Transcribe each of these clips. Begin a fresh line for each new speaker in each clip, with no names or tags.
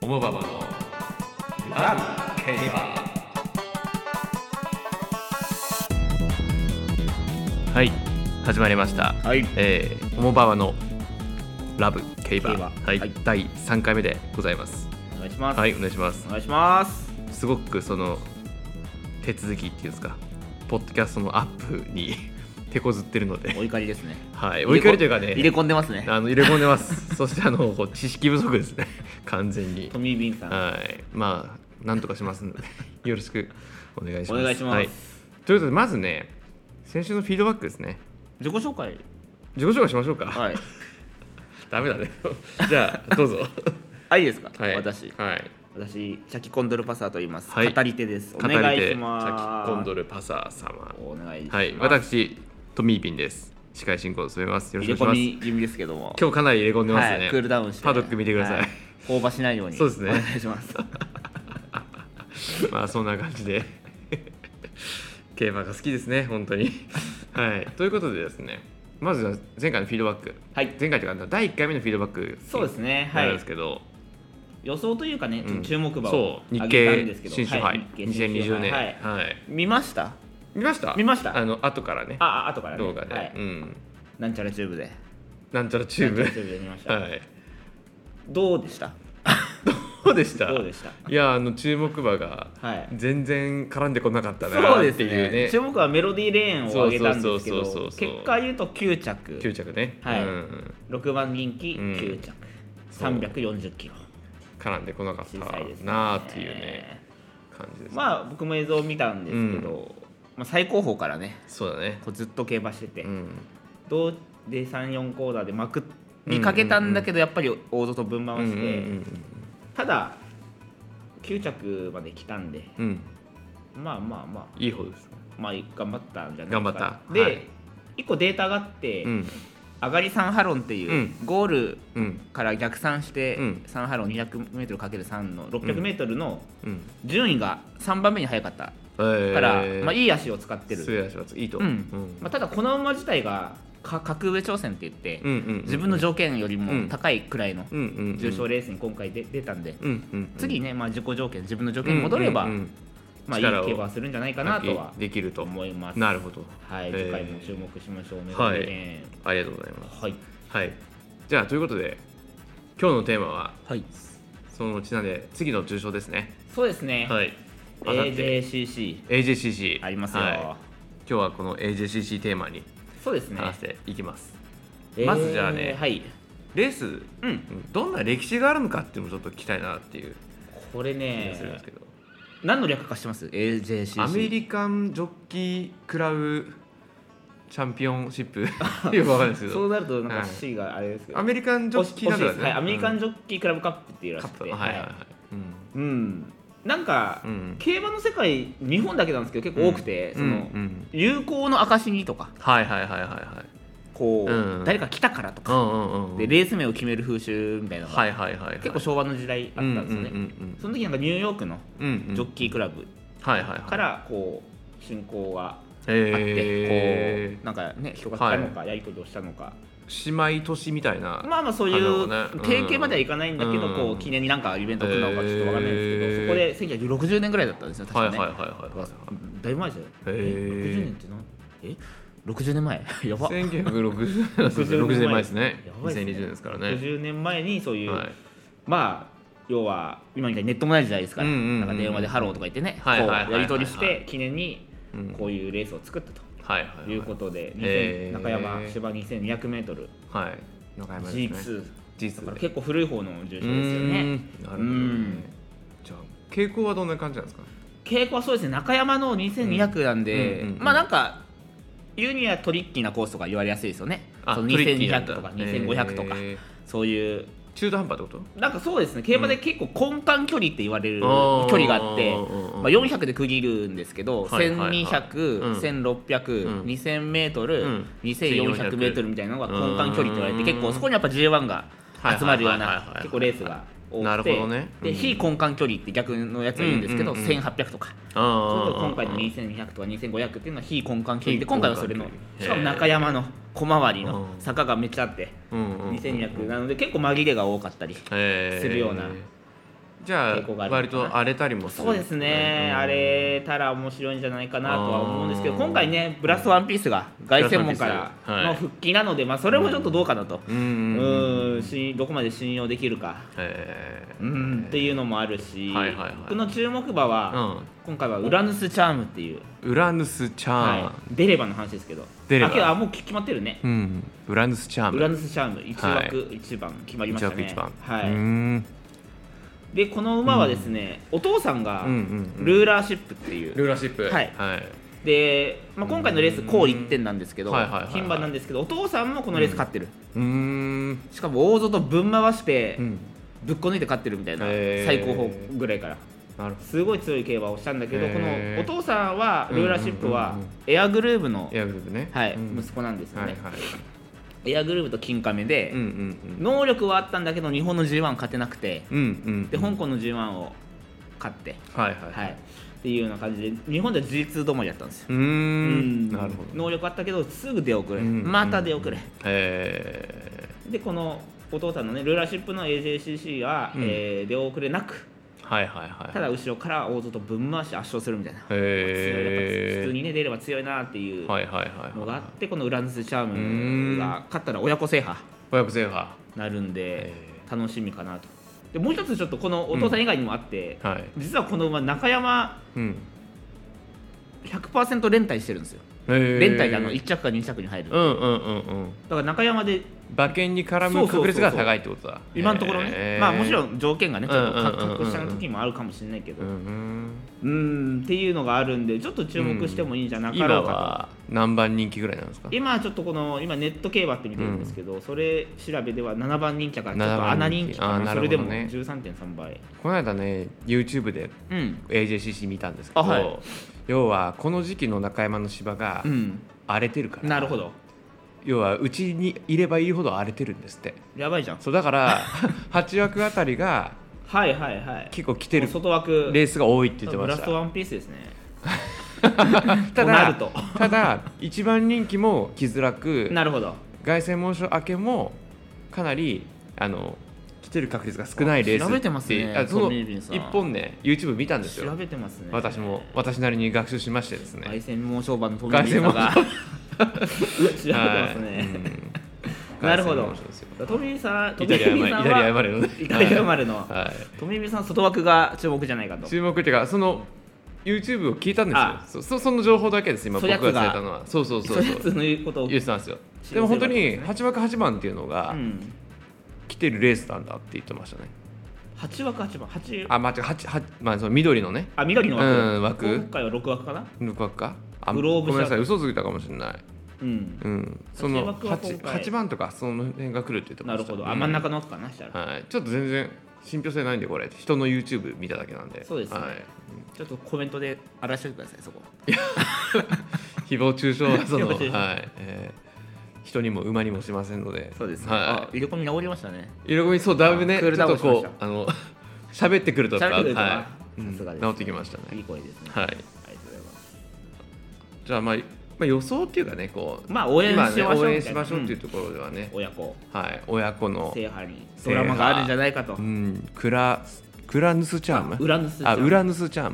オモババのラブ競馬。はい、始まりました。
はい、
オモババのラブ競馬、はい、
はい、
第3回目でございます。
お願いします。
はい、お願いします。
お願いします。
すごくその手続きっていうんですか、ポッドキャストのアップに手こずってるので、
お怒りですね。
はい、お怒りというかね、
入れ込んでますね。
入れ込んでます。そして知識不足ですね、完全に。
トミー・ビンさん、
はい、まあなんとかしますのでよろしくお願いします。
お願いします。
はい、ということで、まずね、先週のフィードバックですね。
自己紹介
しましょうか。
はい
ダメだねじゃあどうぞ
いいですか。
はい、
私、
はい、
チャキコンドルパサーと言います、
はい、
語り手です。お願いします。
チャキコンドルパサー様、
お願いします。
はい、私トミーピンです。司会進行を務めます。よろしくお願いします。
入れ込み気味ですけども、
今日かなり入れ込んでますね。
はい、クールダウンして
パドック見てください。
放馬しないように。
そうですね、
お願いします
まあそんな感じで競馬が好きですね、本当にはい、ということでですね、まずは前回のフィードバック、
はい、
前回というか第1回目のフィードバック、
そうですね、
なんですけど、
予想というかね、注目馬を
そう
上げたんですけど、
日経新種杯、2020年、
はい
はい、
見ました。
後からね、
後からね、
動画で、
はい、なんちゃらチューブで見ました、はい、どうでした？
どうでした？いや、注目馬が全然絡んでこなかったなっていうね。
注目はメロディーレーンを上げたんですけど、結果言うと9着
ね、
はい、6番人気9着、340キロ
絡んでこなかったなっていうね感じです。
まあ僕も映像を見たんですけど、最高峰からね、
そうだね、
ずっと競馬してて、どうで3、4コーナーでまくりかけたんだけど、やっぱり大外と分回して、ただ9着まで来たんで、まあ
いい方です。
まあ頑張ったんじゃないですか。
頑張った。
で、1個データがあって、上がり3ハロンっていう、ゴールから逆算して3ハロン 200m×3 の 600m の順位が3番目に速かったから、いい足を使ってる。
強い足はいいと。
ただこの馬自体が格上挑戦って言って、自分の条件よりも高いくらいの重賞レースに今回出たんで、次ね、自己条件、自分の条件に戻れば、いい競馬するんじゃないかなとは思います。
なるほど。
はい、次回も注目しましょう。
はい、ありがとうございます。はい、じゃあということで今日のテーマは、そのうちなんで次の重賞ですね。
そうですね。はい。AJCC ありますよ。
今日はこの AJCC テーマに
そうですね、
話していきます。まずじゃあね、レース、どんな歴史があるのかっていうのもちょっと聞きたいなっていう。
これね、何の略かしてます？ AJCC、
アメリカンジョッキークラブチャンピオンシップよくわかんないですけど、
そうなるとなんか C があれですけど、
アメリカンジョッキーなんだね。
アメリカンジョッキークラブカップっていうらしくて、なんか、競馬の世界日本だけなんですけど結構多くて、その友好の証にとか、こう誰か来たからとかでレース名を決める風習みたいなのが結構昭和の時代あったんですよね。その時なんかニューヨークのジョッキークラブからこう進行があって、こうなんかね、人が来たのかやり取りをしたのか、
姉妹都市みたいな、
そういう提携まではいかないんだけど、こう記念になんかイベントを組んだのかちょっとわかんないですけど、そこで1960年ぐらいだったんですよ、確かね。だいぶ前ですよ。60年って60年前やば。
1960年前ですね。2020年ですからね。
60年前にそういう、要は今みたいにネットもない時代ですから、なんか電話でハローとか言ってね、やり取りして記念にこういうレースを作ったということで、中山芝 2200m、G2 だから結構古い方の重賞ですよね。
なるほどね。じゃあ傾向はどんな感じなんですか？
傾向はそうですね、中山の2200なんで、なんか言うにはトリッキーなコースとか言われやすいですよね。その2200とか2500とか、そういう
中途半端ってこと？
なんかそうですね、競馬で結構根幹距離って言われる距離があって、400で区切るんですけど、1200、1600、2000m、2400m みたいなのが根幹距離って言われて、結構そこにやっぱ J1 が集まるような結構レースが多くて、で非根幹距離って逆のやつがいるんですけど、1800とか、今回の2200とか2500っていうのは非根幹距離で、今回はそれのしかも中山の小回りの坂がめっちゃあって、2200なので結構紛れが多かったりするような
じゃあ割と荒れたりもする。
そうですね、荒れたら面白いんじゃないかなとは思うんですけど、今回ねブラストワンピースが凱旋門からの復帰なので、まあそれもちょっとどうかなと、どこまで信用できるかっていうのもあるし、僕の注目馬は今回はウラヌスチャームっていう、
ウラヌスチャーム、
デレバの話ですけど、もう決まってるね。
ウラヌスチャーム、
ウラヌスチャーム1枠1番決まりましたね。はい。でこの馬はですね、お父さんがルーラーシップっていう、
ルーラーシップ、
で、今回のレース高1点なんですけど、牝馬なんですけど、お父さんもこのレース勝ってる。しかも大外ぶん回してぶっこ抜いて勝ってるみたいな、最高峰ぐらいからすごい強い競馬をしたんだけど、このお父さんはルーラーシップはエアグルーヴの息子なんですよね。エアグルーヴと金亀で、能力はあったんだけど日本の G1 勝てなくて、で香港の G1 を勝って、っていうような感じで日本では G2 止まりだったんですよ。
なるほど。
能力あったけどすぐ出遅れ、また出遅れ。でこのお父さんのねルーラーシップの AJCC は、出遅れなく、ただ後ろから大外ぶん回して圧勝するみたいな、普通にね出れば強いなっていうのがあって、このウラヌスチャームが勝ったら親子制覇なるんで楽しみかなと。でもう一つちょっとこのお父さん以外にもあって、実はこの馬中山 100% 連帯してるんですよ。連帯で1着か2着に入る。だから中山で
馬券に絡む確率が高いってことだ。
今のところね、まあもちろん条件がねちょっと確保した時もあるかもしれないけど、っていうのがあるんでちょっと注目してもいいんじゃなかろうかと。
今は何番人気ぐらいなんですか？
今ちょっと今ネット競馬って見てるんですけど、それ調べでは7番人気がちょっと穴人気かな。それでも 13.3 倍。
この間ね YouTube で AJCC 見たんですけど、要はこの時期の中山の芝が荒れてるから、
なるほど、
要はうちにいればいるほど荒れてるんですって。
やばいじゃん。
そうだから8枠あたりが結構来てるレースが多いって言ってました。
ブラストワンピースですね。
ただ一番人気も来づらく、
なるほど、
凱旋門賞明けもかなり来てる確率が少ないレース。
調べてますね。
その一本ね YouTube 見たんですよ。
調べてますね。
私なりに学習しましてですね。
凱旋門賞馬のトミー・ビンさんが調べてますね。なるほど。トミーさん、イタリア生まれのトミー・ビンさん外枠が注目じゃないかと。
注目っていうかその YouTube を聞いたんですよ。その情報だけです今僕が伝えたのは。そう。そやつの言うことを言ってたんですよ。でも本当に8枠8番っていうのが来てるレースなんだって言ってましたね。
8枠8番
その緑のね。
緑の
枠。
今回は6枠かな。
6枠か。
グローブ
ごめんなさい嘘ついたかもしれない。その 8番とかその辺が来るって言ってました。
なるほど。真ん中のかなしたら。
ちょっと全然信憑性ないんでこれ人の YouTube 見ただけなんで。
そうですね。ちょっとコメントで荒らしてくださいそこ。
誹謗中傷は人にも馬にもしませんので。
そうですね。入れ込み治りましたね。
入れ込みそうだいぶねちょっとこう喋ってくるとか治ってきましたね。
いい声ですね。
はい。ありがとうございます。じゃあまあ予想っていうかねこう
応援しま
しょうっていうところではね、
親子の
制
覇にドラマがあるんじゃないかと。
クラヌスチャーム、ウラヌスチャーム、ウラヌスチャー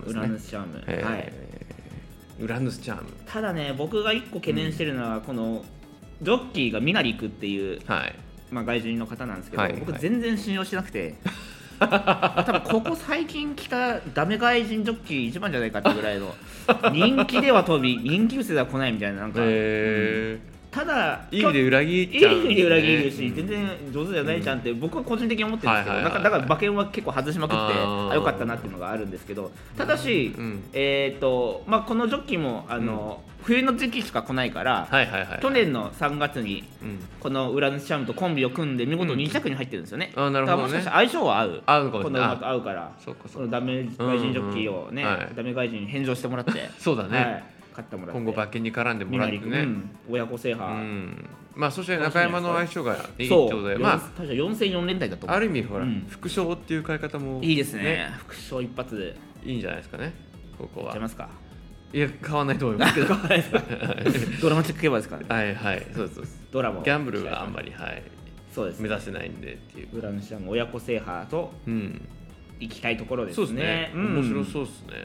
ム。
ただね僕が一個懸念してるのはこのジョッキーがミナリクっていう外人の方なんですけど、僕全然信用してなくて。多分ここ最近来たダメ外人ジョッキー一番じゃないかってぐらいの人気では飛び人気薄では来ないみたいなただ
いい意味で裏切
るし全然上手じゃないじゃんって僕は個人的に思ってるんですけど、だから馬券は結構外しまくってよかったなっていうのがあるんですけど、ただしこのジョッキーも冬の時期しか来ないから去年の3月にこのウラヌスチャームとコンビを組んで見事2着に入ってるんですよね。だからもしかしたら相性は合うこの馬と合うからそのダメ外人ジョッキーをねダメ外人に返上してもらって
そうだね
今
後馬券に絡んでもらってね、
親子制覇、
そして中山の相性がいいってことで、
確か4戦4連帯だと思う。
ある意味ほら、副賞っていう買い方も
いいですね。副賞一発で
いいんじゃないですかね。ここは
買いますか？
いや買わないと思いますけど
ドラマチック競馬ですから
ね。そうです。
ドラマ
ギャンブルはあんまり
そうです
目指せないんでっていう。
ウラヌスチャーム親子制覇と行きたいところですね。
そうですね、面白そうですね。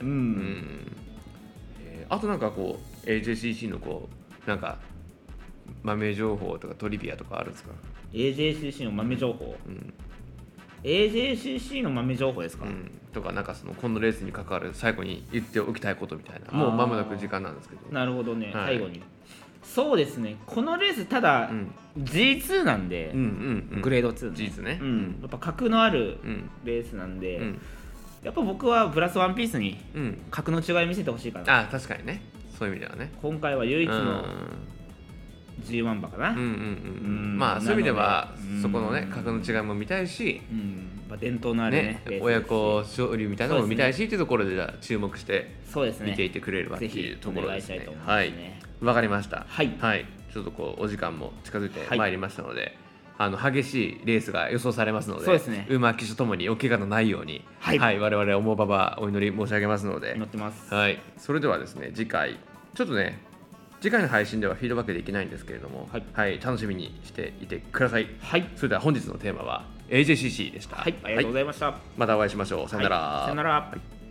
あとなんかこう AJCC のこうなんか豆情報とかトリビアとかあるんですか？
AJCC の豆情報、AJCC の豆情報ですか、
とかなんかそのこのレースに関わる最後に言っておきたいことみたいな。もう間もなく時間なんですけど。
なるほどね、最後にそうですね、このレースただ、G2 なんで、グレード2、
G2 ね、
やっぱ格のあるレースなんで、やっぱ僕はブラスワンピースに格の違い見せてほしいかな。
確かにね、そういう意味ではね。今
回は唯一の G1 馬かな。
まあそういう意味ではそこのね格の違いも見たいし、
伝統のあるね
親子勝利みたいなのも見たいしっていうところでじゃあ注目して見ていてくれればっていうところですね。はい、わかりました。はい、ちょっとこうお時間も近づいてまいりましたので、激しいレースが予想されますので、馬騎手ともにお怪我のないように、我々重馬場お祈り申し上げますので、
祈ってます。
はい、それではですね、次回ちょっとね次回の配信ではフィードバックできないんですけれども、楽しみにしていてください。それでは本日のテーマは AJCC でした。
ありがとうございました。
またお会いしましょう。さよなら。
さよなら。